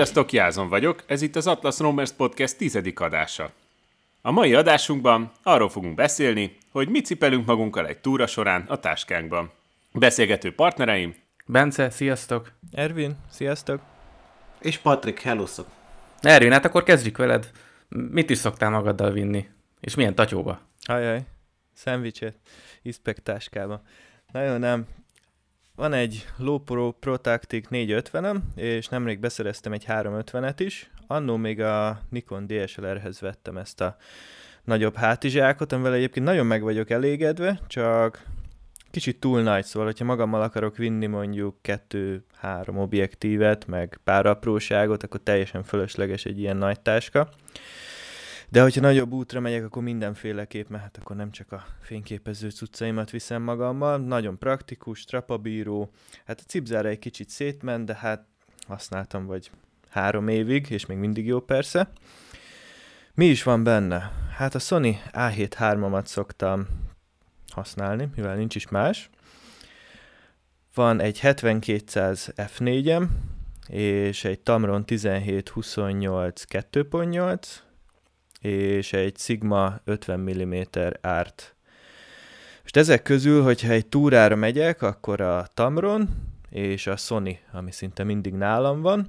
Sziasztok, Jázon vagyok, ez itt az Atlas Roamers Podcast 10. adása. A mai adásunkban arról fogunk beszélni, hogy mit cipelünk magunkkal egy túra során a táskánkban. Beszélgető partnereim: Bence, sziasztok! Ervin, sziasztok! És Patrik, helloszok! Ervin, hát akkor kezdjük veled. Mit is szoktál magaddal vinni? És milyen tatyóba? Ajaj, szendvicset, iszpek táskába. Nagyon nem. Van egy Lowepro ProTactic 450-em, és nemrég beszereztem egy 350-et is. Annó még a Nikon DSLR-hez vettem ezt a nagyobb hátizsákot, amivel egyébként nagyon meg vagyok elégedve, csak kicsit túl nagy, szóval, hogyha magammal akarok vinni mondjuk 2-3 objektívet, meg pár apróságot, akkor teljesen fölösleges egy ilyen nagy táska. De hogyha nagyobb útra megyek, akkor mindenféleképp, mert hát akkor nem csak a fényképező cuccaimat viszem magammal. Nagyon praktikus, trapabíró. Hát a cipzára egy kicsit szétment, de hát használtam vagy 3 évig, és még mindig jó persze. Mi is van benne? Hát a Sony A7 III-amat szoktam használni, mivel nincs is más. Van egy 70-200 f4-em, és egy Tamron 17-28 2.8, és egy Sigma 50 mm art. És ezek közül, hogyha egy túrára megyek, akkor a Tamron és a Sony, ami szinte mindig nálam van.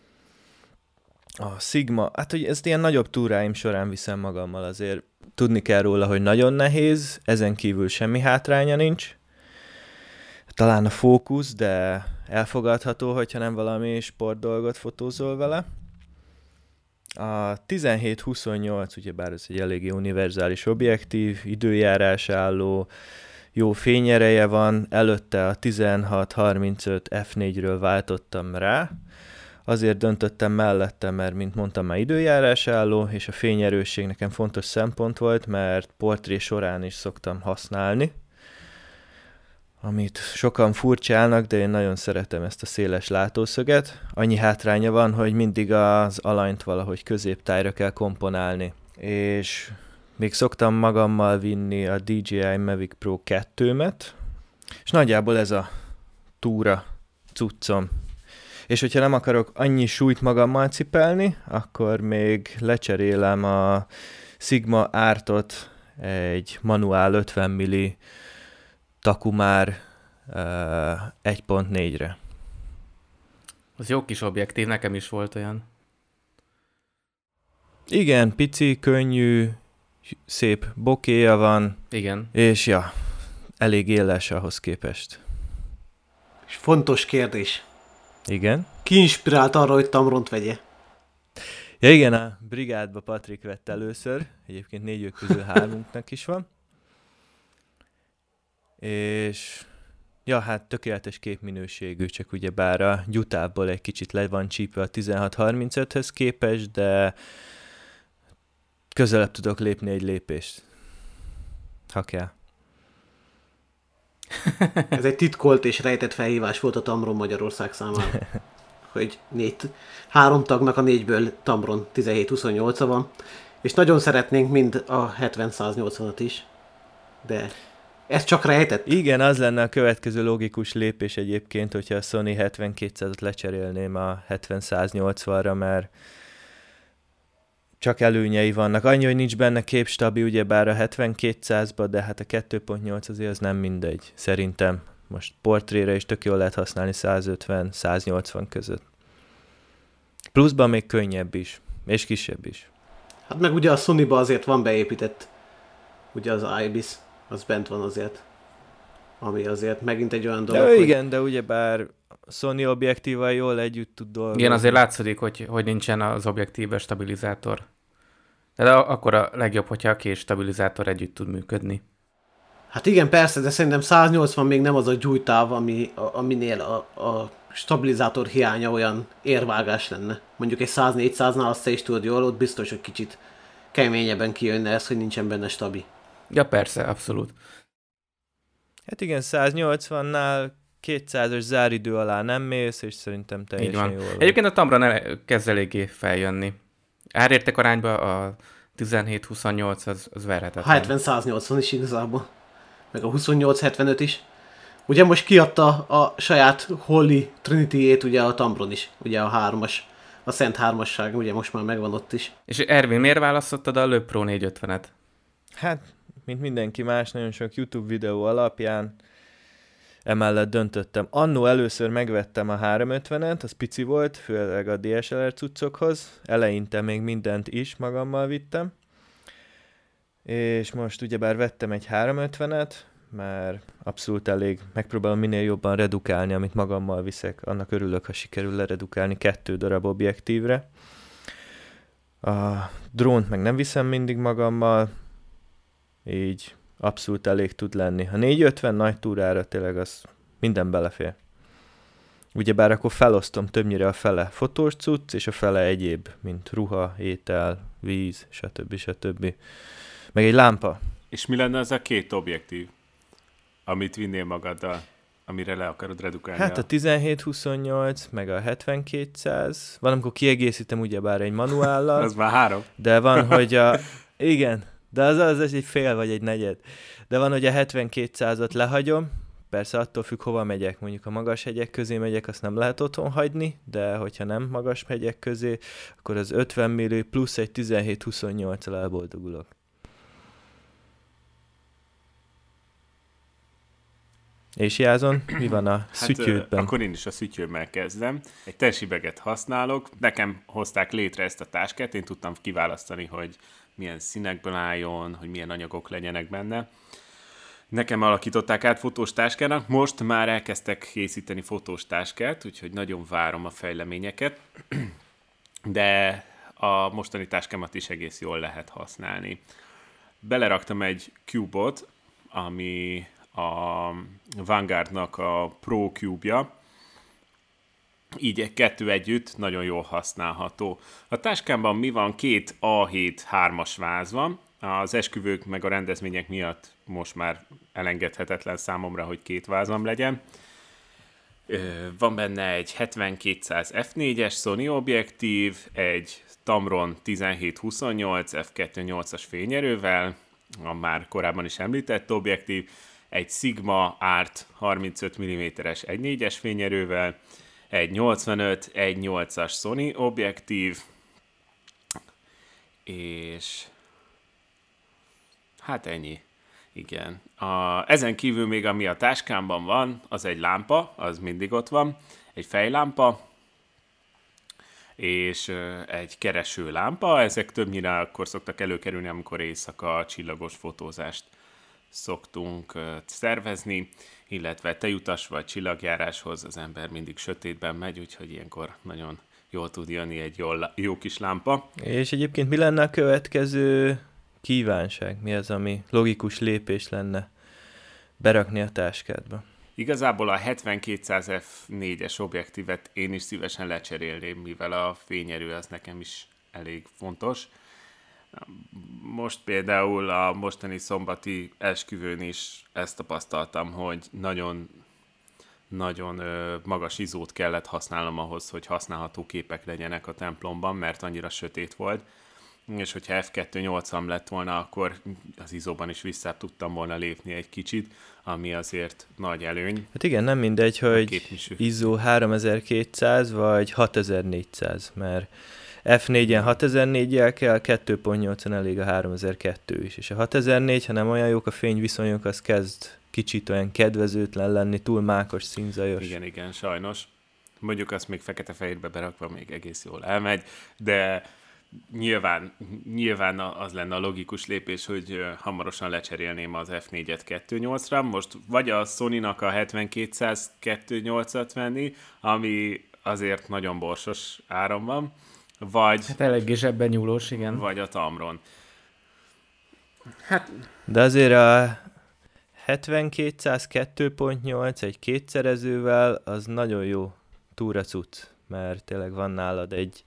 A Sigma, hát hogy ezt ilyen nagyobb túráim során viszem magammal, azért tudni kell róla, hogy nagyon nehéz, ezen kívül semmi hátránya nincs. Talán a fókusz, de elfogadható, hogyha nem valami sportdolgot fotózol vele. A 17-28, ugyebár ez egy eléggé univerzális objektív, időjárás álló, jó fényereje van, előtte a 16-35 f4-ről váltottam rá, azért döntöttem mellette, mert mint mondtam, már időjárás álló, és a fényerősség nekem fontos szempont volt, mert portré során is szoktam használni, amit sokan furcsálnak, de én nagyon szeretem ezt a széles látószöget. Annyi hátránya van, hogy mindig az alanyt valahogy középtájra kell komponálni. És még szoktam magammal vinni a DJI Mavic Pro 2-met, és nagyjából ez a túra cuccom. És hogyha nem akarok annyi súlyt magammal cipelni, akkor még lecserélem a Sigma Artot egy manuál 50 mm Takumar 1.4-re. Az jó kis objektív, nekem is volt olyan. Igen, pici, könnyű, szép bokéja van. Igen. És ja, elég éles ahhoz képest. És fontos kérdés. Igen? Ki inspirált arra, hogy Tamront vegye? Ja igen, a brigádba Patrik vett először. Egyébként 4 közül 3-unknak is van. És ja, hát tökéletes képminőségű, csak ugyebár a gyutából egy kicsit le van csípve a 16-35-höz képest, de közelebb tudok lépni egy lépést, ha kell. Ez egy titkolt és rejtett felhívás volt a Tamron Magyarország számára. Hogy 3 tagnak a 4-ből Tamron 17-28-a van, és nagyon szeretnénk mind a 70-180-at is, de ez csak rejtett? Igen, az lenne a következő logikus lépés egyébként, hogyha a Sony 70-200-at lecserélném a 70-180-ra, mert csak előnyei vannak. Annyi, hogy nincs benne képstabi, ugyebár a 70-200-ba, de hát a 2.8 azért az nem mindegy, szerintem. Most portréra is tök jól lehet használni 150-180 között. Pluszban még könnyebb is, és kisebb is. Hát meg ugye a Sony-ba azért van beépített, ugye az IBIS, az bent van azért, ami azért megint egy olyan dolog, de hogy... igen, de ugyebár Sony objektívval jól együtt tud dolgozni. Igen, azért látszódik, hogy nincsen az objektíve stabilizátor. De akkor a legjobb, hogyha a két stabilizátor együtt tud működni. Hát igen, persze, de szerintem 180 még nem az a gyújtáv, aminél a stabilizátor hiánya olyan érvágás lenne. Mondjuk egy 100-400-nál azt te is tudod jól, ott biztos, hogy kicsit keményebben kijönne ez, hogy nincsen benne stabi. Ja, persze, abszolút. Hát igen, 180-nál 200-as záridő alá nem mész, és szerintem teljesen jól van. Egyébként a Tamra kezd eléggé feljönni. Árérték arányban a 17-28 az verhetetlen. 70-180 is igazából. Meg a 28-75 is. Ugye most kiadta a saját Holy Trinity-ét ugye a Tamron is, ugye a 3-as a Szent Hármasság, ugye most már megvan ott is. És Ervin, miért választottad a Le Pro 450-et? Hát, mint mindenki más, nagyon sok YouTube videó alapján emellett döntöttem. Annó először megvettem a 350-et, az pici volt, főleg a DSLR cuccokhoz. Eleinte még mindent is magammal vittem. És most ugyebár vettem egy 350-et, mert abszolút elég, megpróbálom minél jobban redukálni, amit magammal viszek. Annak örülök, ha sikerül leredukálni 2 darab objektívre. A drónt meg nem viszem mindig magammal, így abszolút elég tud lenni. A 450 nagy túrára tényleg az minden belefér. Ugyebár akkor felosztom többnyire a fele fotós cucc, és a fele egyéb, mint ruha, étel, víz, stb. Meg egy lámpa. És mi lenne az a 2 objektív, amit vinnél magaddal, amire le akarod redukálni? Hát a 17-28, meg a 70-200. Valamikor kiegészítem ugyebár egy manuállal. Az már 3. De van, hogy igen, de az egy fél vagy egy negyed. De van, hogy a 70-200-at lehagyom, persze attól függ, hova megyek. Mondjuk a magas hegyek közé megyek, azt nem lehet otthon hagyni, de hogyha nem magas hegyek közé, akkor az 50 mm plusz egy 17-28-al elboldogulok. És Jázon, mi van a szütyődben? Akkor én is a szütyőmmel kezdem. Egy tensibeget használok. Nekem hozták létre ezt a táskát, én tudtam kiválasztani, hogy milyen színekből álljon, hogy milyen anyagok legyenek benne. Nekem alakították át fotós táskának, most már elkezdtek készíteni fotós táskát, úgyhogy nagyon várom a fejleményeket, de a mostani táskámat is egész jól lehet használni. Beleraktam egy Cube-ot, ami a Vanguardnak a Pro Cube-ja, így 2 együtt nagyon jól használható. A táskámban mi van? 2 A7 3-as váz van. Az esküvők meg a rendezvények miatt most már elengedhetetlen számomra, hogy 2 vázam legyen. Van benne egy 70-200 f4-es Sony objektív, egy Tamron 17-28 f2.8-as fényerővel, a már korábban is említett objektív, egy Sigma Art 35 mm-es 1.4-es fényerővel, egy 85, 1.8-as Sony objektív, és hát ennyi. Igen. Ezen kívül még ami a táskámban van, az egy lámpa, az mindig ott van, egy fejlámpa, és egy keresőlámpa. Ezek többnyire akkor szoktak előkerülni, amikor éjszaka csillagos fotózást szoktunk szervezni, illetve tejutas vagy csillagjáráshoz az ember mindig sötétben megy, úgyhogy ilyenkor nagyon jól tud jönni egy jó kis lámpa. És egyébként mi lenne a következő kívánság? Mi az, ami logikus lépés lenne berakni a táskádba? Igazából a 70-200 f4-es objektívet én is szívesen lecserélném, mivel a fényerő az nekem is elég fontos. Most például a mostani szombati esküvőn is ezt tapasztaltam, hogy nagyon magas izót kellett használnom ahhoz, hogy használható képek legyenek a templomban, mert annyira sötét volt. És hogyha f2.8-am lett volna, akkor az izóban is vissza tudtam volna lépni egy kicsit, ami azért nagy előny. Hát igen, nem mindegy, hogy izó 3200 vagy 6400, mert F4-en 6004-jel kell, 2.8-on elég a 3002 is. És a 6004, ha nem olyan jók a fényviszonyok, az kezd kicsit olyan kedvezőtlen lenni, túl mákos, színzajos. Igen, sajnos. Mondjuk azt még fekete-fehérbe berakva még egész jól elmegy, de nyilván az lenne a logikus lépés, hogy hamarosan lecserélném az F4-et 2.8-ra. Most vagy a Sony-nak a 70-200 2.8-at venni, ami azért nagyon borsos áron van, vagy... Hát eléggé zsebben nyúlós, igen. Vagy a Tamron. Hát... De azért a 70-200 2.8 egy kétszerezővel az nagyon jó túracuc, mert tényleg van nálad egy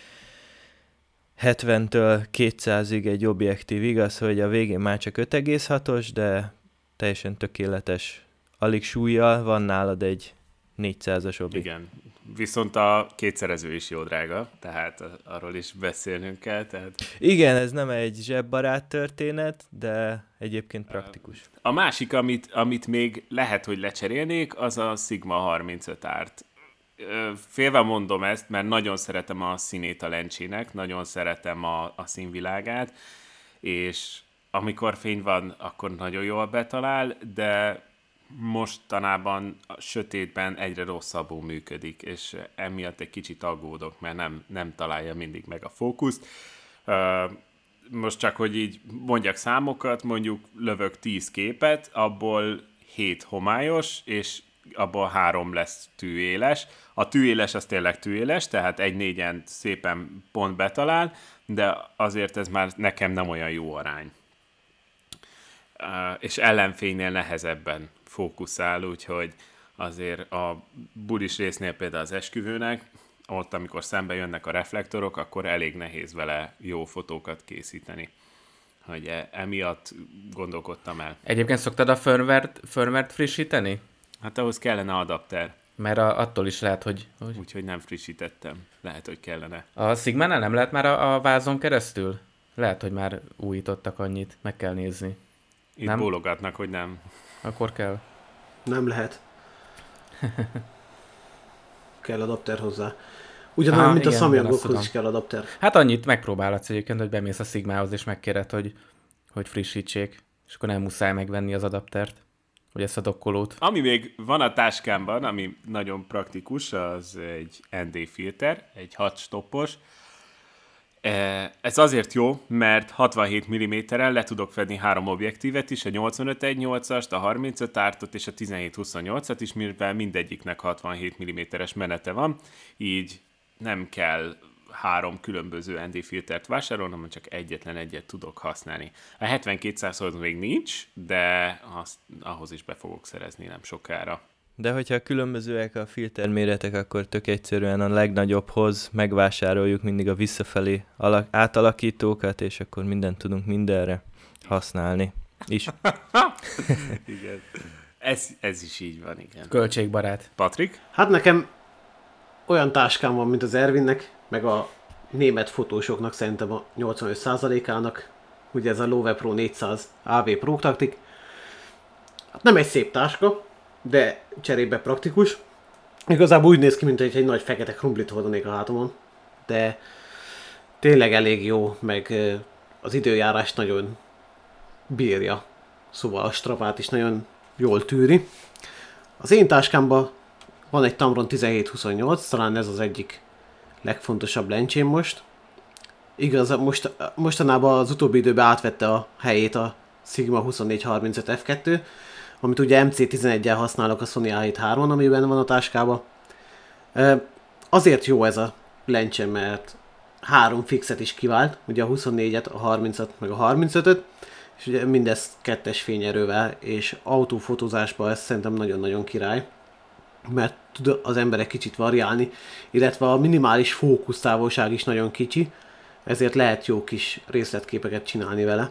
70-től 200-ig egy objektív, igaz, hogy a végén már csak 5,6-os, de teljesen tökéletes alig súlyjal van nálad egy 400-as objektív. Igen, viszont a kétszerező is jó drága, tehát arról is beszélnünk kell. Tehát... Igen, ez nem egy zsebbarát történet, de egyébként praktikus. A másik, amit még lehet, hogy lecserélnék, az a Sigma 35 Art. félve mondom ezt, mert nagyon szeretem a színét a lencsének, nagyon szeretem a színvilágát, és amikor fény van, akkor nagyon jól betalál, de mostanában a sötétben egyre rosszabbul működik, és emiatt egy kicsit aggódok, mert nem találja mindig meg a fókuszt. Most csak, hogy így mondjak számokat, mondjuk lövök 10 képet, abból 7 homályos, és abból 3 lesz tűéles. A tűéles az tényleg tűéles, tehát 1-4-en szépen pont betalál, de azért ez már nekem nem olyan jó arány. És ellenfénynél nehezebben fókuszál, úgyhogy azért a bulis résznél például az esküvőnek, ott amikor szembe jönnek a reflektorok, akkor elég nehéz vele jó fotókat készíteni. Hogy emiatt gondolkodtam el. Egyébként szoktad a firmware-t frissíteni? Hát ahhoz kellene adapter. Mert attól is lehet, hogy... Úgyhogy nem frissítettem. Lehet, hogy kellene. A Sigmánál nem lehet már a vázon keresztül? Lehet, hogy már újítottak annyit. Meg kell nézni. Itt nem? Bólogatnak, hogy nem. Akkor kell. Nem lehet. Kell adapter hozzá. Ugyanolyan, mint igen, a Samyangokhoz is kell adapter. Hát annyit megpróbálhatsz egyébként, hogy bemész a Sigmához és megkéred, hogy frissítsék. És akkor nem muszáj megvenni az adaptert. Vagy ezt a dokkolót. Ami még van a táskámban, ami nagyon praktikus, az egy ND filter, egy 6 stoppos. Ez azért jó, mert 67 mm-en le tudok fedni 3 objektívet is, a 85-1.8-ast, a 35 ártot és a 17-28-at is, mivel mindegyiknek 67 mm-es menete van, így nem kell 3 különböző ND filtert vásárolnom, hanem csak egyet tudok használni. A 72-100-hoz még nincs, de ahhoz is be fogok szerezni nem sokára. De hogyha különbözőek a filterméretek, akkor tök egyszerűen a legnagyobbhoz megvásároljuk mindig a visszafelé átalakítókat, és akkor mindent tudunk mindenre használni is. Igen. Ez is így van, igen. Költségbarát. Patrik? Hát nekem olyan táskám van, mint az Ervinnek, meg a német fotósoknak szerintem a 85%-ának, ugye ez a Lowe Pro 400 AV Pro Taktik. Hát nem egy szép táska, de cserébe praktikus. Igazából úgy néz ki, mint hogy egy nagy fekete krumplit hordanék a hátamon, de tényleg elég jó, meg az időjárás nagyon bírja, szóval a strapát is nagyon jól tűri. Az én táskámban van egy Tamron 17-28, talán ez az egyik legfontosabb lencsém most. Igaz, mostanában az utóbbi időben átvette a helyét a Sigma 24-35 f2, amit ugye MC11-el használok a Sony A7 III-on, amiben van a táskában. Azért jó ez a lencse, mert 3 fixet is kivált, ugye a 24-et, a 30-at, meg a 35-öt, és ugye mindezt 2-es fényerővel, és autófotózásban ez szerintem nagyon-nagyon király, mert tud az emberek kicsit variálni, illetve a minimális fókusztávolság is nagyon kicsi, ezért lehet jó kis részletképeket csinálni vele.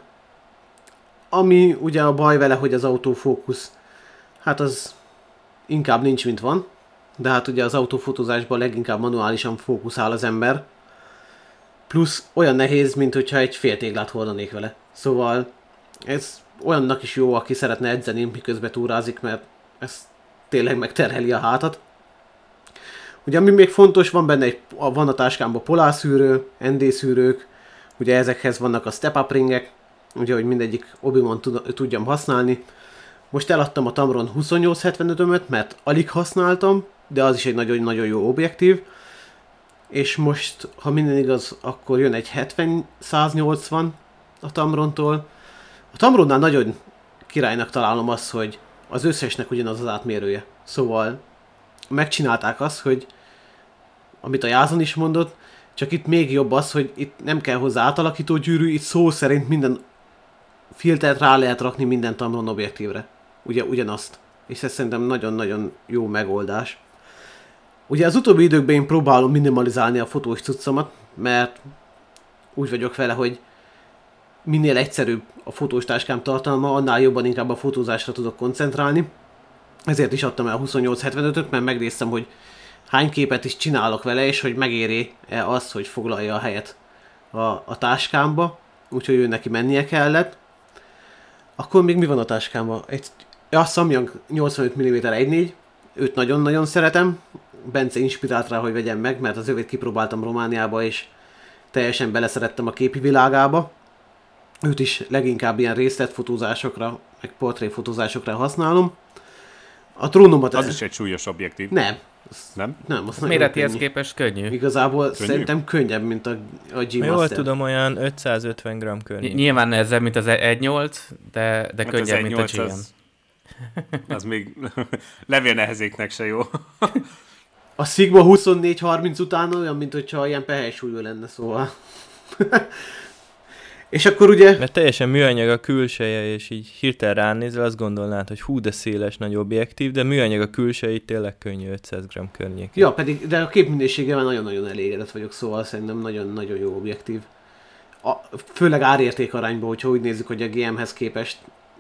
Ami ugye a baj vele, hogy az autofókusz, hát az inkább nincs, mint van, de hát ugye az autofotózásban leginkább manuálisan fókuszál az ember, plusz olyan nehéz, mint hogyha egy féltéglát hordanék vele. Szóval ez olyannak is jó, aki szeretne edzeni, miközben túrázik, mert ez tényleg megterheli a hátat. Ugye ami még fontos, van a táskámban polárszűrő, ND szűrők, ugye ezekhez vannak a step-up ringek, ugye, hogy mindegyik obimon tudjam használni. Most eladtam a Tamron 28-75-ömet, mert alig használtam, de az is egy nagyon-nagyon jó objektív. És most, ha minden igaz, akkor jön egy 70-180 a Tamrontól. A Tamronnál nagyon királynak találom azt, hogy az összesnek ugyanaz az átmérője. Szóval megcsinálták azt, hogy amit a Jászon is mondott, csak itt még jobb az, hogy itt nem kell hozzá átalakító gyűrű, itt szó szerint minden filtert rá lehet rakni minden Tamron objektívre. Ugye ugyanazt. És ez szerintem nagyon-nagyon jó megoldás. Ugye az utóbbi időkben én próbálom minimalizálni a fotós cuccomat, mert úgy vagyok vele, hogy minél egyszerűbb a fotós táskám tartalma, annál jobban inkább a fotózásra tudok koncentrálni. Ezért is adtam el a 28-75-öt, mert megnéztem, hogy hány képet is csinálok vele, és hogy megéri-e az, hogy foglalja a helyet a táskámba. Úgyhogy ő neki mennie kellett. Akkor még mi van a táskámban? A Samyang 85 mm 1.4, őt nagyon-nagyon szeretem. Bence inspirált rá, hogy vegyem meg, mert az övét kipróbáltam Romániába, és teljesen beleszerettem a képi világába. Őt is leginkább ilyen részletfotózásokra, meg portréfotózásokra használom. A trónomat... Az is egy súlyos objektív. Nem. Nem? Nem, az Méretihez képest könnyű. Igazából szerintem könnyebb, mint a G-Master. Jól tudom, olyan 550 g környék. Nyilván nehezebb, mint az 1.8, de Hát könnyebb, mint a GM. Az még levélnehezéknek se jó. A Sigma 24-30 után olyan, mint hogyha ilyen pehely-súlyú lenne, szóval. És akkor ugye... Mert teljesen műanyag a külseje, és így hirtelen ránézel, azt gondolnád, hogy hú, de széles, nagy objektív, de műanyag a külseje, így tényleg könnyű 500 g környék. Ja, pedig, de a képminőségével nagyon-nagyon elégedett vagyok, szóval szerintem nagyon-nagyon jó objektív. Főleg árérték arányban, hogyha úgy nézzük, hogy a GM-hez képest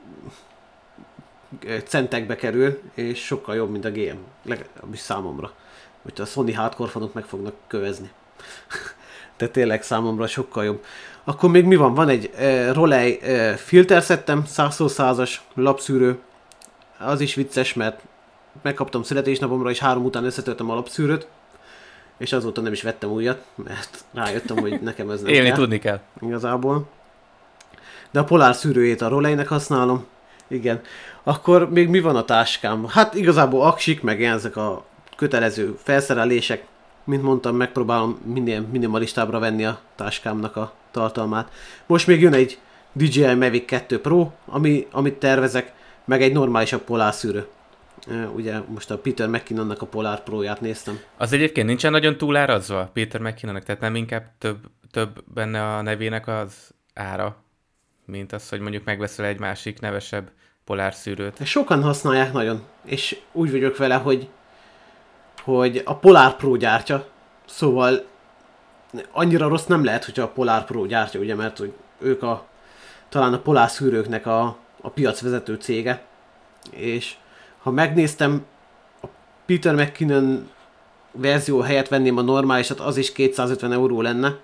centekbe kerül, és sokkal jobb, mint a GM, legalábbis számomra. Hogy a Sony hardcore fanok meg fognak kövezni. De tényleg számomra sokkal jobb. Akkor még mi van? Van egy Rolei filterszettem, 100x100-as lapszűrő. Az is vicces, mert megkaptam születésnapomra, és 3 után összetöltem a lapszűrőt, és azóta nem is vettem újat, mert rájöttem, hogy nekem ez nem Élni kell. tudni kell. Igazából. De a Polar szűrőjét a Rolei-nek használom. Igen. Akkor még mi van a táskám? Hát igazából aksik, meg ezek a kötelező felszerelések. Mint mondtam, megpróbálom minél minimalistábbra venni a táskámnak a tartalmát. Most még jön egy DJI Mavic 2 Pro, amit tervezek, meg egy normálisabb Polar szűrő. Ugye most a Peter McKinnonnak a Polar Pro-ját néztem. Az egyébként nincsen nagyon túlárazva Peter McKinnonnak, tehát nem inkább több benne a nevének az ára, mint az, hogy mondjuk megveszel egy másik nevesebb Polar szűrőt. De sokan használják nagyon, és úgy vagyok vele, hogy a Polar Pro gyártja, szóval annyira rossz nem lehet, hogyha a Polar Pro gyártja, ugye, mert hogy ők talán a Polar szűrőknek a piacvezető cége, és ha megnéztem, a Peter McKinnon verzió helyett venném a normálisat, az is 250 euró lenne,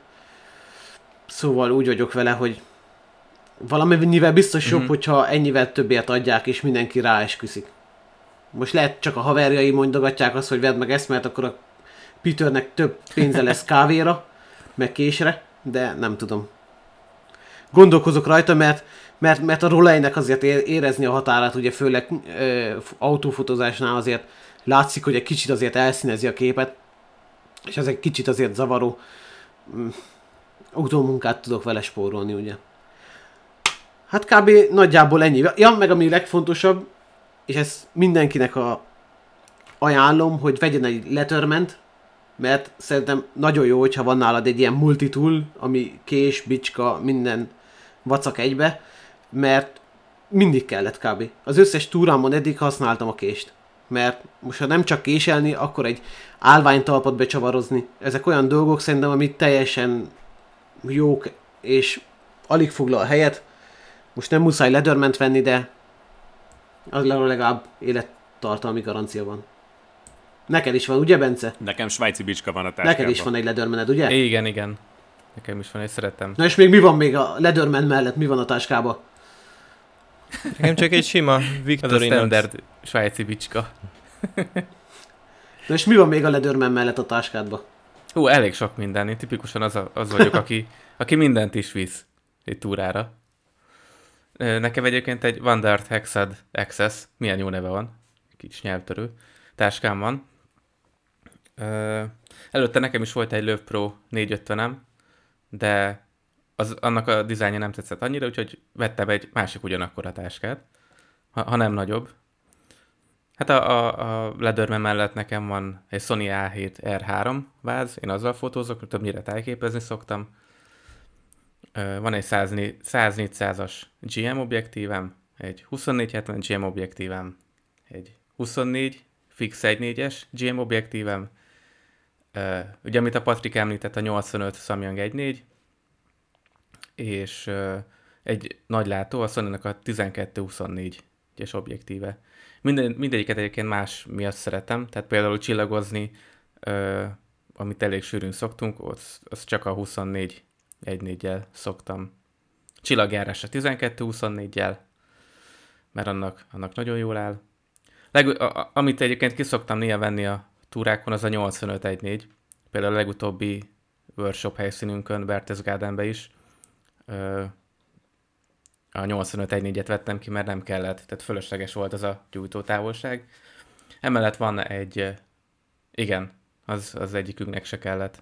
szóval úgy vagyok vele, hogy valamennyivel biztos jobb, hogyha ennyivel többért adják, és mindenki ráesküszik. Most lehet csak a haverjai mondogatják azt, hogy vedd meg ezt, mert akkor a Peternek több pénze lesz kávéra, meg késre, de nem tudom. Gondolkozok rajta, mert a Rolei-nek azért érezni a határát, ugye főleg autófotózásnál azért látszik, hogy egy kicsit azért elszínezi a képet, és ez egy kicsit azért zavaró. Autómunkát tudok vele spórolni, ugye. Hát kb. Nagyjából ennyi. Ja, meg ami legfontosabb, és ezt mindenkinek ajánlom, hogy vegyen egy Letterman-t, mert szerintem nagyon jó, hogyha van nálad egy ilyen multitool, ami kés, bicska, minden vacak egybe, mert mindig kellett kb. Az összes túrámon eddig használtam a kést. Mert most ha nem csak késelni, akkor egy állványtalpat becsavarozni. Ezek olyan dolgok szerintem, amit teljesen jók, és alig foglal helyet. Most nem muszáj Letterman-t venni, de az legalább élettartalmi garancia van. Neked is van, ugye, Bence? Nekem svájci bicska van a táskámban. Neked is van egy Lettermaned, ugye? Igen. Nekem is van, és szeretem. Na és még mi van még a Letterman mellett? Mi van a táskában? Nekem csak egy sima Az a Victorinox. standard svájci bicska. Na és mi van még a Letterman mellett a táskádban? Elég sok minden. Én tipikusan az vagyok, aki mindent is visz egy túrára. Nekem egyébként egy Vanguard Hexad XS, milyen jó neve van, kicsi nyelvtörő, táskám van. Előtte nekem is volt egy Löw Pro 450-em, de annak a dizájnja nem tetszett annyira, úgyhogy vettem egy másik ugyanakkora táskát, ha nem nagyobb. Hát a Letterman mellett nekem van egy Sony A7 R3 váz, én azzal fotózok, többnyire tájképezni szoktam. Van egy 100-400-as GM objektívem, egy 24-70 GM objektívem, egy 24 fix 1.4-es GM objektívem, ugye amit a Patrik említett, a 85 Samyang 1.4, és egy nagy látó, a Sony-nak a 12-24-es objektíve. Mindegyiket egyébként más miatt szeretem, tehát például csillagozni, amit elég sűrűn szoktunk, az csak a 24 1.4-jel szoktam. Csillagjárásra 12-24-jel, mert annak nagyon jól áll. Amit egyébként ki szoktam néha venni a túrákon az a 8514. Például a legutóbbi workshop helyszínünkön, Berchtesgadenbe is a 8514-et vettem ki, mert nem kellett, tehát fölösleges volt az a gyújtótávolság. Emellett van egy, igen, az egyikünknek se kellett.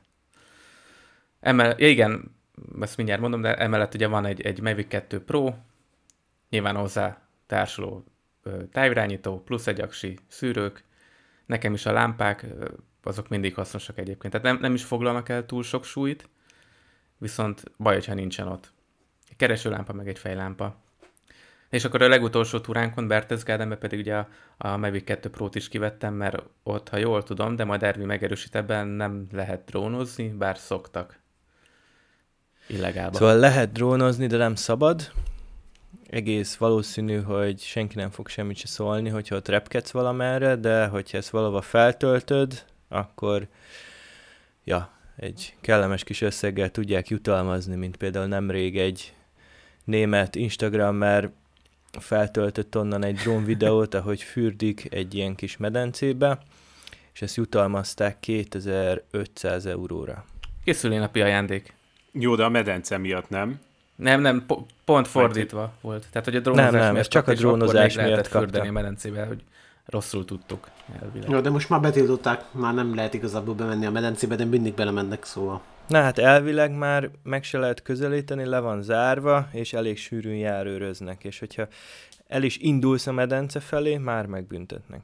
Igen, ezt mindjárt mondom, de emellett ugye van egy Mavic 2 Pro, nyilván hozzá társuló távirányító, plusz egy aksi, szűrők, nekem is a lámpák, azok mindig hasznosak egyébként. Tehát nem is foglalnak el túl sok súlyt, viszont baj, hogyha nincsen ott. Egy keresőlámpa, meg egy fejlámpa. És akkor a legutolsó túránkon, Berchtesgadenbe pedig ugye a Mavic 2 Pro-t is kivettem, mert ott, ha jól tudom, de majd Ervi megerősít ebben, nem lehet drónozni, bár szoktak. Illegálban. Szóval lehet drónozni, de nem szabad. Egész valószínű, hogy senki nem fog semmit se szólni, hogyha ott repkedsz valamerre, de hogyha ezt valahova feltöltöd, akkor egy kellemes kis összeggel tudják jutalmazni, mint például nemrég egy német Instagrammer feltöltött onnan egy drón videót, ahogy fürdik egy ilyen kis medencébe, és ezt jutalmazták 2500 euróra. Készüli napi ajándék. Jó, de a medence miatt nem. Nem, pont fordítva volt. Tehát, hogy a drónozás nem, ez csak a drónozás miatt fürdeni a medencébe, hogy rosszul tudtuk. Elvileg. Jó, de most már betiltották, már nem lehet igazából bemenni a medencébe, de mindig belemennek, szóval. Na hát elvileg már meg se lehet közelíteni, le van zárva, és elég sűrűn járőröznek, és hogyha el is indulsz a medence felé, már megbüntetnek.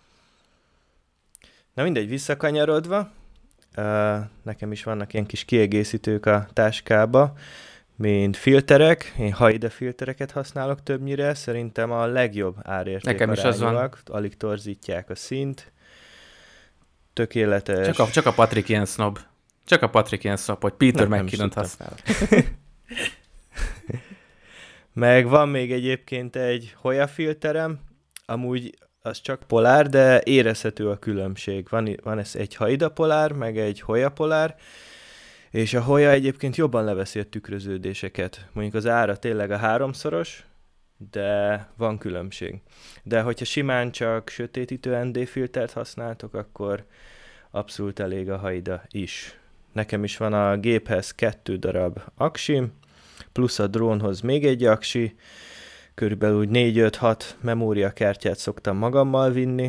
Na mindegy, visszakanyarodva, nekem is vannak ilyen kis kiegészítők a táskába, mint filterek, én Haida filtereket használok többnyire, szerintem a legjobb árértékarányúak, alig torzítják a színt, tökéletes. Csak a Patrik ilyen sznob. Csak a Patrik ilyen sznob, hogy Peter McKinnon-t használ. Meg van még egyébként egy Hoya filterem, amúgy az csak polár, de érezhető a különbség. Van ez egy Haida polár, meg egy Hoya polár, és a Hoya egyébként jobban leveszi a tükröződéseket. Mondjuk az ára tényleg a 3-szoros, de van különbség. De hogyha simán csak sötétítő ND filtert használtok, akkor abszolút elég a Haida is. Nekem is van a géphez 2 darab aksim, plusz a drónhoz még egy aksi, körülbelül úgy 4-5-6 memóriakártyát szoktam magammal vinni.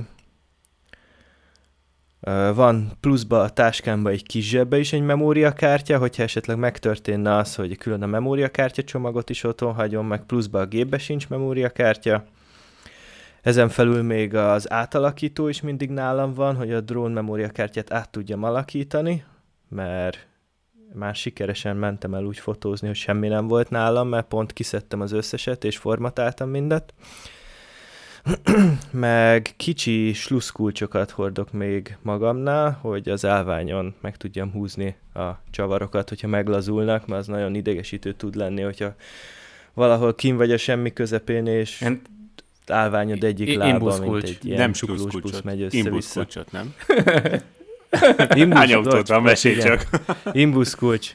Van pluszba a táskámba egy kis zsebbe is egy memóriakártya, hogyha esetleg megtörténne az, hogy külön a memóriakártya csomagot is otthon hagyom, meg pluszba a gépbe sincs memóriakártya. Ezen felül még az átalakító is mindig nálam van, hogy a drón memóriakártyát át tudjam alakítani, mert már sikeresen mentem el úgy fotózni, hogy semmi nem volt nálam, mert pont kiszedtem az összeset és formatáltam mindet. Meg kicsi slusszkulcsokat hordok még magamnál, hogy az állványon meg tudjam húzni a csavarokat, hogyha meglazulnak, mert az nagyon idegesítő tud lenni, hogyha valahol kín vagy a semmi közepén, és állványod egyik lába, mint egy ilyen nem slusszkulcs megy össze-vissza. Imbuszkulcsot, nem? Hányomtottam, mesélj csak. Imbuszkulcs.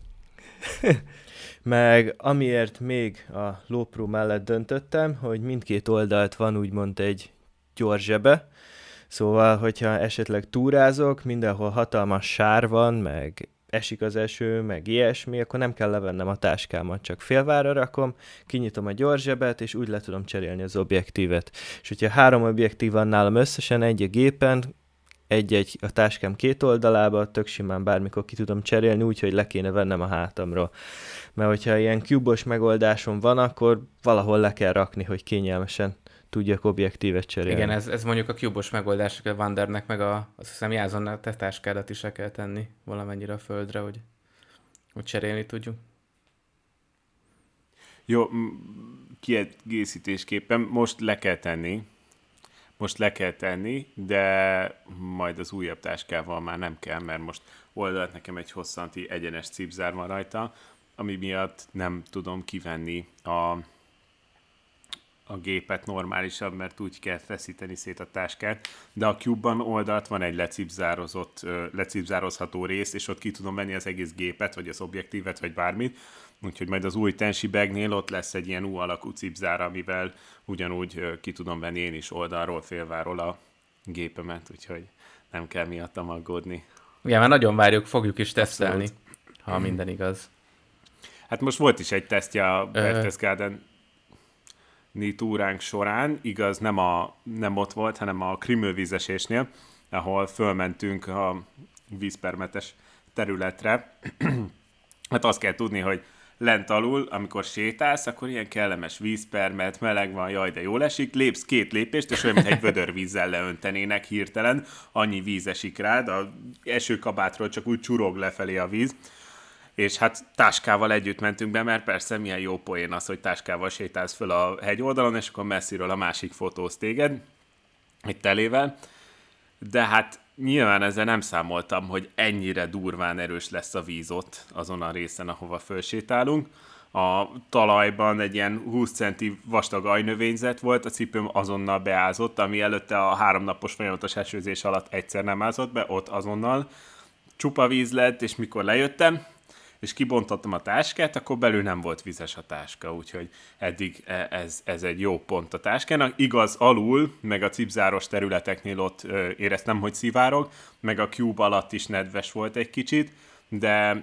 Meg amiért még a LowPro mellett döntöttem, hogy mindkét oldalt van úgymond egy gyors zsebe, szóval, hogyha esetleg túrázok, mindenhol hatalmas sár van, meg esik az eső, meg ilyesmi, akkor nem kell levennem a táskámat, csak félvára rakom, kinyitom a gyors zsebet, és úgy le tudom cserélni az objektívet. És hogyha 3 objektív van nálam összesen egy a gépen, egy a táskám 2 oldalába, tök simán bármikor ki tudom cserélni, úgyhogy le kéne vennem a hátamról. Mert hogyha ilyen cube-os megoldásom van, akkor valahol le kell rakni, hogy kényelmesen tudjak objektívet cserélni. Igen, ez mondjuk a cube-os megoldás, a Wandernek meg azt hiszem Jászonnak a te táskádat is le kell tenni valamennyire a földre, hogy cserélni tudjuk. Jó, kiegészítésképpen most le kell tenni, de majd az újabb táskával már nem kell, mert most oldalt nekem egy hosszanti egyenes cipzár van rajta, ami miatt nem tudom kivenni a gépet normálisabb, mert úgy kell feszíteni szét a táskát, de a Cube-ban oldalt van egy lecipzározható rész, és ott ki tudom venni az egész gépet, vagy az objektívet, vagy bármit, úgyhogy majd az új Tensi Bagnél ott lesz egy ilyen U-alakú cipzár, amivel ugyanúgy ki tudom venni én is oldalról, félváról a gépemet, úgyhogy nem kell miattam aggódni. Igen, már nagyon várjuk, fogjuk is tesztelni, ha minden igaz. Hát most volt is egy tesztje a Berchtesgaden túránk során, igaz, nem ott volt, hanem a Krimmelvízesésnél, ahol fölmentünk a vízpermetes területre. Hát azt kell tudni, hogy lent alul, amikor sétálsz, akkor ilyen kellemes vízpermet, meleg van, jaj, de jól esik, lépsz 2 lépést, és olyan, mintha egy vödörvízzel leöntenének hirtelen, annyi víz esik rád, a esőkabátról csak úgy csurog lefelé a víz, és hát táskával együtt mentünk be, mert persze milyen jó poén az, hogy táskával sétálsz föl a hegy oldalon, és akkor messziről a másik fotóz téged, egy telével, de hát nyilván ezzel nem számoltam, hogy ennyire durván erős lesz a víz ott, azon a részen, ahova fölsétálunk. A talajban egy ilyen 20 centi vastag ajnövényzet volt, a cipőm azonnal beázott, ami előtte a 3 napos folyamatos esőzés alatt egyszer nem ázott be, ott azonnal csupa víz lett, és mikor lejöttem, és kibontottam a táskát, akkor belül nem volt vizes a táska, úgyhogy eddig ez egy jó pont a táskának. Igaz, alul, meg a cipzáros területeknél ott éreztem, hogy szivárog, meg a Cube alatt is nedves volt egy kicsit, de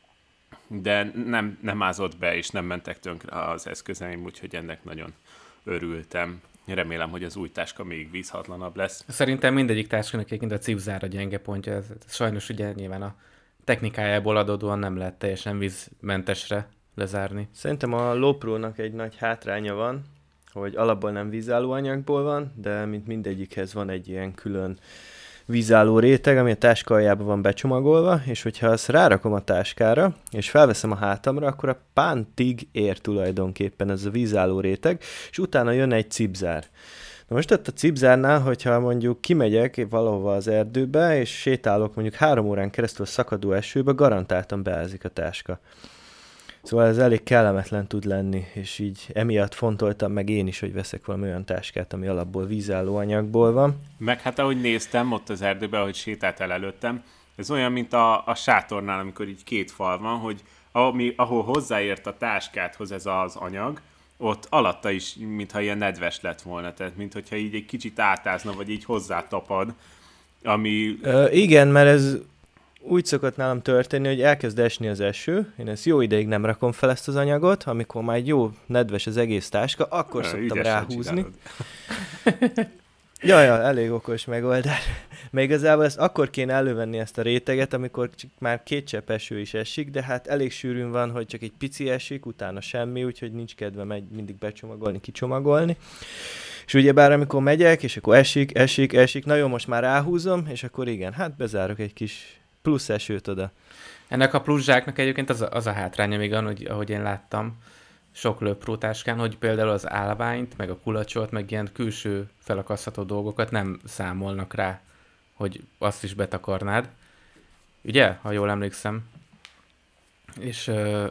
nem ázott be, és nem mentek tönkre az eszközeim, úgyhogy ennek nagyon örültem. Remélem, hogy az új táska még vízhatlanabb lesz. Szerintem mindegyik táskának egyébként a cipzára gyenge pontja. Ez sajnos ugye nyilván a technikájából adódóan nem lehet teljesen vízmentesre lezárni. Szerintem a Lowpro-nak egy nagy hátránya van, hogy alapból nem vízálló anyagból van, de mint mindegyikhez van egy ilyen külön vízálló réteg, ami a táska aljában van becsomagolva, és hogyha azt rárakom a táskára, és felveszem a hátamra, akkor a pántig ér tulajdonképpen ez a vízálló réteg, és utána jön egy cipzár. Na most ott a cipzárnál, hogyha mondjuk kimegyek valahova az erdőbe, és sétálok mondjuk 3 órán keresztül szakadó esőbe, garantáltan beázik a táska. Szóval ez elég kellemetlen tud lenni, és így emiatt fontoltam meg én is, hogy veszek valami olyan táskát, ami alapból vízálló anyagból van. Meg hát ahogy néztem ott az erdőben, ahogy sétáltál előttem, ez olyan, mint a sátornál, amikor így 2 fal van, hogy ahol hozzáért a táskádhoz ez az anyag, ott alatta is, mintha ilyen nedves lett volna, tehát mintha így egy kicsit átázna, vagy így hozzátapad, ami... Igen, mert ez úgy szokott nálam történni, hogy elkezd esni az eső, én ezt jó ideig nem rakom fel ezt az anyagot, amikor már jó nedves az egész táska, akkor szoktam ráhúzni. Ja, elég okos megoldás. Még igazából ezt akkor kéne elővenni ezt a réteget, amikor már 2 csepp eső is esik, de hát elég sűrűn van, hogy csak egy pici esik, utána semmi, úgyhogy nincs kedvem mindig becsomagolni, kicsomagolni. És ugyebár amikor megyek, és akkor esik, na jó, most már ráhúzom, és akkor igen, hát bezárok egy kis plusz esőt oda. Ennek a plusz zsáknak egyébként az a hátránya még, ahogy én láttam, sok Lowpro táskán, hogy például az állványt, meg a kulacsot, meg ilyen külső felakasztható dolgokat nem számolnak rá, hogy azt is betakarnád. Ugye? Ha jól emlékszem. És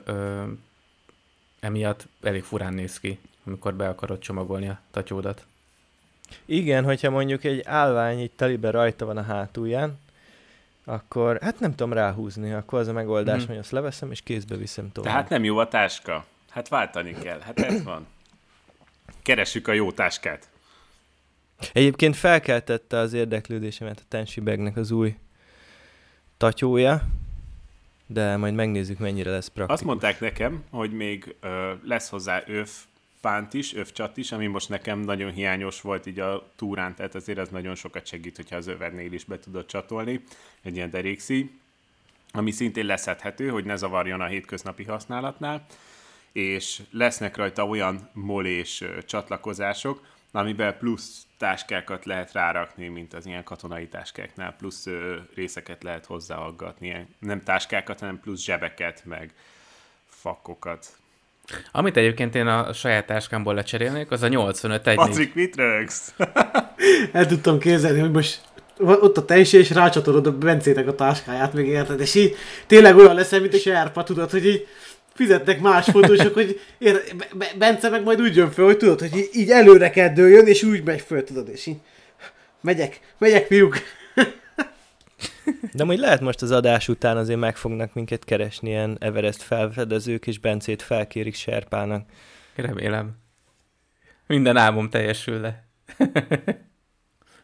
emiatt elég furán néz ki, amikor be akarod csomagolni a tatyódat. Igen, hogyha mondjuk egy állvány így telibe rajta van a hátulján, akkor hát nem tudom ráhúzni, akkor az a megoldás, hogy azt leveszem és kézbe viszem tovább. Tehát nem jó a táska. Hát váltani kell. Hát ez van. Keressük a jó táskát. Egyébként felkeltette az érdeklődésemet a Tensi Bagnek az új tatyója, de majd megnézzük, mennyire lesz praktikus. Azt mondták nekem, hogy még lesz hozzá övpánt is, övcsat is, ami most nekem nagyon hiányos volt így a túrán, tehát azért az nagyon sokat segít, hogyha az övednél is be tudod csatolni, egy ilyen derékszíj, ami szintén leszedhető, hogy ne zavarjon a hétköznapi használatnál, és lesznek rajta olyan molés csatlakozások, amiben plusz táskákat lehet rárakni, mint az ilyen katonai táskáknál, plusz részeket lehet hozzáaggatni, nem táskákat, hanem plusz zsebeket, meg fakokat. Amit egyébként én a saját táskámból lecserélnék, az a 85-1. Patrik, mit rögsz? El tudtam képzelni, hogy most ott a Tensi, és rácsatolod a Bencének a táskáját, meg érted, és így tényleg olyan lesz, mint a serpa, tudod, hogy így fizetnek más fotósok, hogy Bence meg majd úgy jön föl, hogy tudod, hogy így előre kell dőljön, és úgy megy föl, tudod, és így megyek fiúk. De majd lehet most az adás után azért meg fognak minket keresni ilyen Everest felfedezők, és Bencét felkérik serpának. Remélem. Minden álmom teljesül le.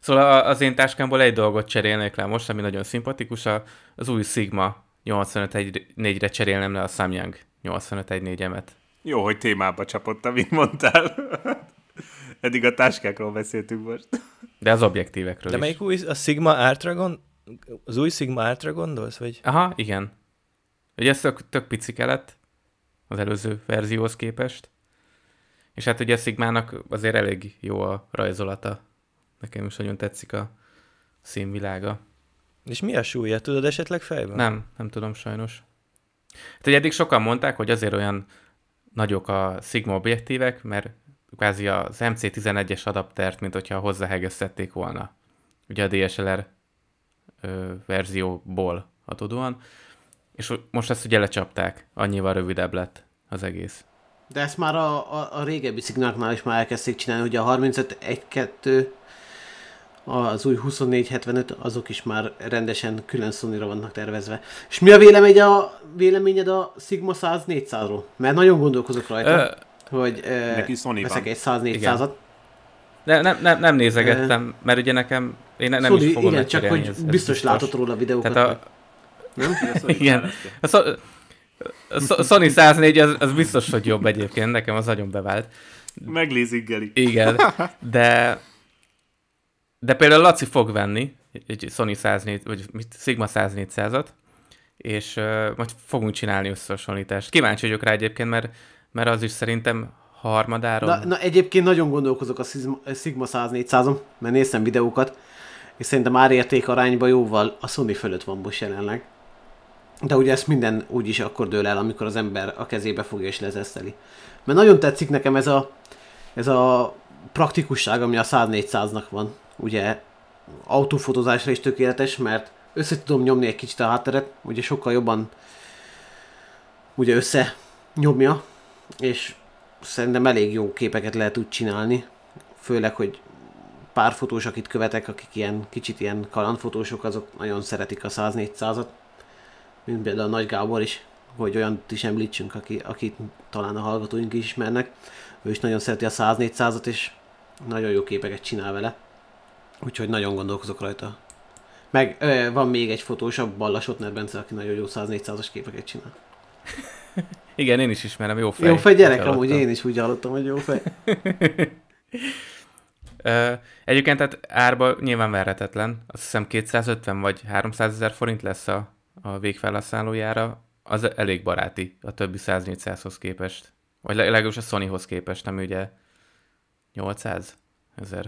Szóval az én táskámból egy dolgot cserélnék le most, ami nagyon szimpatikus, az új Sigma 8514-re cserélnem le a Samyang 8514-emet. Jó, hogy témába csapott, amit mondtál. Eddig a táskákról beszéltünk most. De az objektívekről De is. melyik új, a Sigma Art-ra az új Sigma Art-ra gondolsz, vagy? Aha, igen. Ugye ez tök picike lett az előző verzióhoz képest. És hát ugye a Sigmának azért elég jó a rajzolata. Nekem is nagyon tetszik a színvilága. És mi a súlya? Tudod esetleg fejben? Nem tudom sajnos. Hát ugye eddig sokan mondták, hogy azért olyan nagyok a Sigma objektívek, mert kvázi az MC11-es adaptert, mint hogyha hozzáhegesztették volna. Ugye a DSLR verzióból adódóan. És most ezt ugye lecsapták. Annyival rövidebb lett az egész. De ezt már a régebbi Sigmáknál is már elkezdték csinálni, hogy a 35.1.2, az új 24.75, azok is már rendesen külön Sony-ra vannak tervezve. És mi a véleményed a Sigma 100-400-ról? Mert nagyon gondolkozok rajta, hogy veszek egy 100-400-at. Nem nézegettem, mert ugye nekem én nem is fogom igen, csak hogy biztos látott róla videókat. Tehát igen. A Sony 104 az biztos, hogy jobb egyébként, nekem az nagyon bevált. Megléziggeli. Igen, de például Laci fog venni egy Sony 104, vagy Sigma 104-100-at, és majd fogunk csinálni összehasonlítást. Kíváncsi vagyok rá egyébként, mert az is szerintem harmadáron. Na egyébként nagyon gondolkozok a Sigma 104-100-on, mert néztem videókat, és szerintem árérték arányban jóval a Sony fölött van most jelenleg. De ugye ezt minden úgyis akkor dől el, amikor az ember a kezébe fogja és lezeszteli. Mert nagyon tetszik nekem ez a praktikusság, ami a 104-100-nak van. Ugye autófotózásra is tökéletes, mert össze tudom nyomni egy kicsit a hátteret, ugye sokkal jobban ugye összenyomja, és szerintem elég jó képeket lehet úgy csinálni. Főleg, hogy pár fotós, akit követek, akik kicsit ilyen kalandfotósok, azok nagyon szeretik a 104-100-at. Mint például a Nagy Gábor is, hogy olyan is említsünk, akit talán a hallgatóink is ismernek. Ő is nagyon szereti a 104-100-at, és nagyon jó képeket csinál vele. Úgyhogy nagyon gondolkozok rajta. Meg van még egy fotós, a Balla Sotner Bence, aki nagyon jó 104-100-as képeket csinál. Igen, én is ismerem, jó fej. Jó fej gyerek, amúgy én is úgy hallottam, hogy jó fej. Egyébként tehát árba nyilván verhetetlen. Azt hiszem 250 vagy 300 000 forint lesz a végfelhasználójára. Az elég baráti a többi 104-100-hoz képest. Vagy legalábbis a Sonyhoz képest, ami ugye 800 000.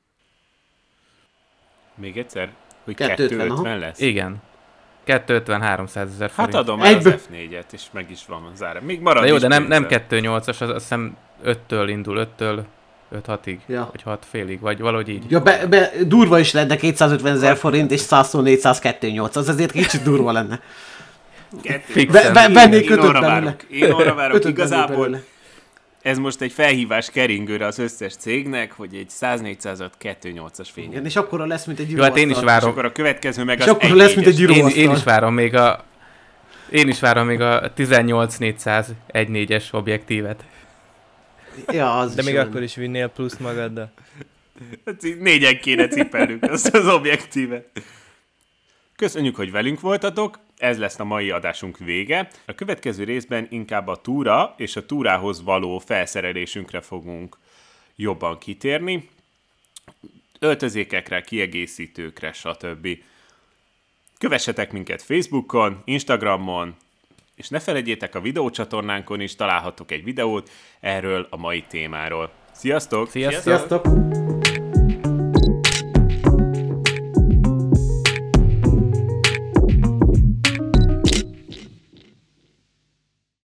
Még egyszer? Hogy 250 lesz? Igen. 250-300 000 forint. Hát adom el az F4-et, és meg is van az ára. Még marad. De jó, is de nem pénzem. 2.8-as, azt hiszem 5-től indul, 5-től 5-6-ig, Ja. vagy 6 félig, vagy valahogy így. Ja, durva is lenne 250 000 forint, és 100-400-2.8, az ezért kicsit durva lenne. Fixen. Vennék Én ötöt arra belőle. várok. Én arra várok. Ötöt Igazából belőle. ez most egy felhívás keringőre az összes cégnek, hogy egy 100-400-at 2.8-as fényen. Igen, és akkora lesz, mint egy Jó, hát én is És várom. akkor a következő meg És az akkor lesz, mint egy 1.4-es. gyroasztal. Én is várom még a 18-400 1.4-es objektívet. Ja, az De is még jó akkor lenne. is vinnél plusz magaddal. Hát így 4-en kéne cipelnünk azt az objektívet. Köszönjük, hogy velünk voltatok, ez lesz a mai adásunk vége. A következő részben inkább a túra és a túrához való felszerelésünkre fogunk jobban kitérni. Öltözékekre, kiegészítőkre, stb. Kövessetek minket Facebookon, Instagramon, és ne felejtjétek, a videócsatornánkon is találhatok egy videót erről a mai témáról. Sziasztok! Sziasztok! Sziasztok!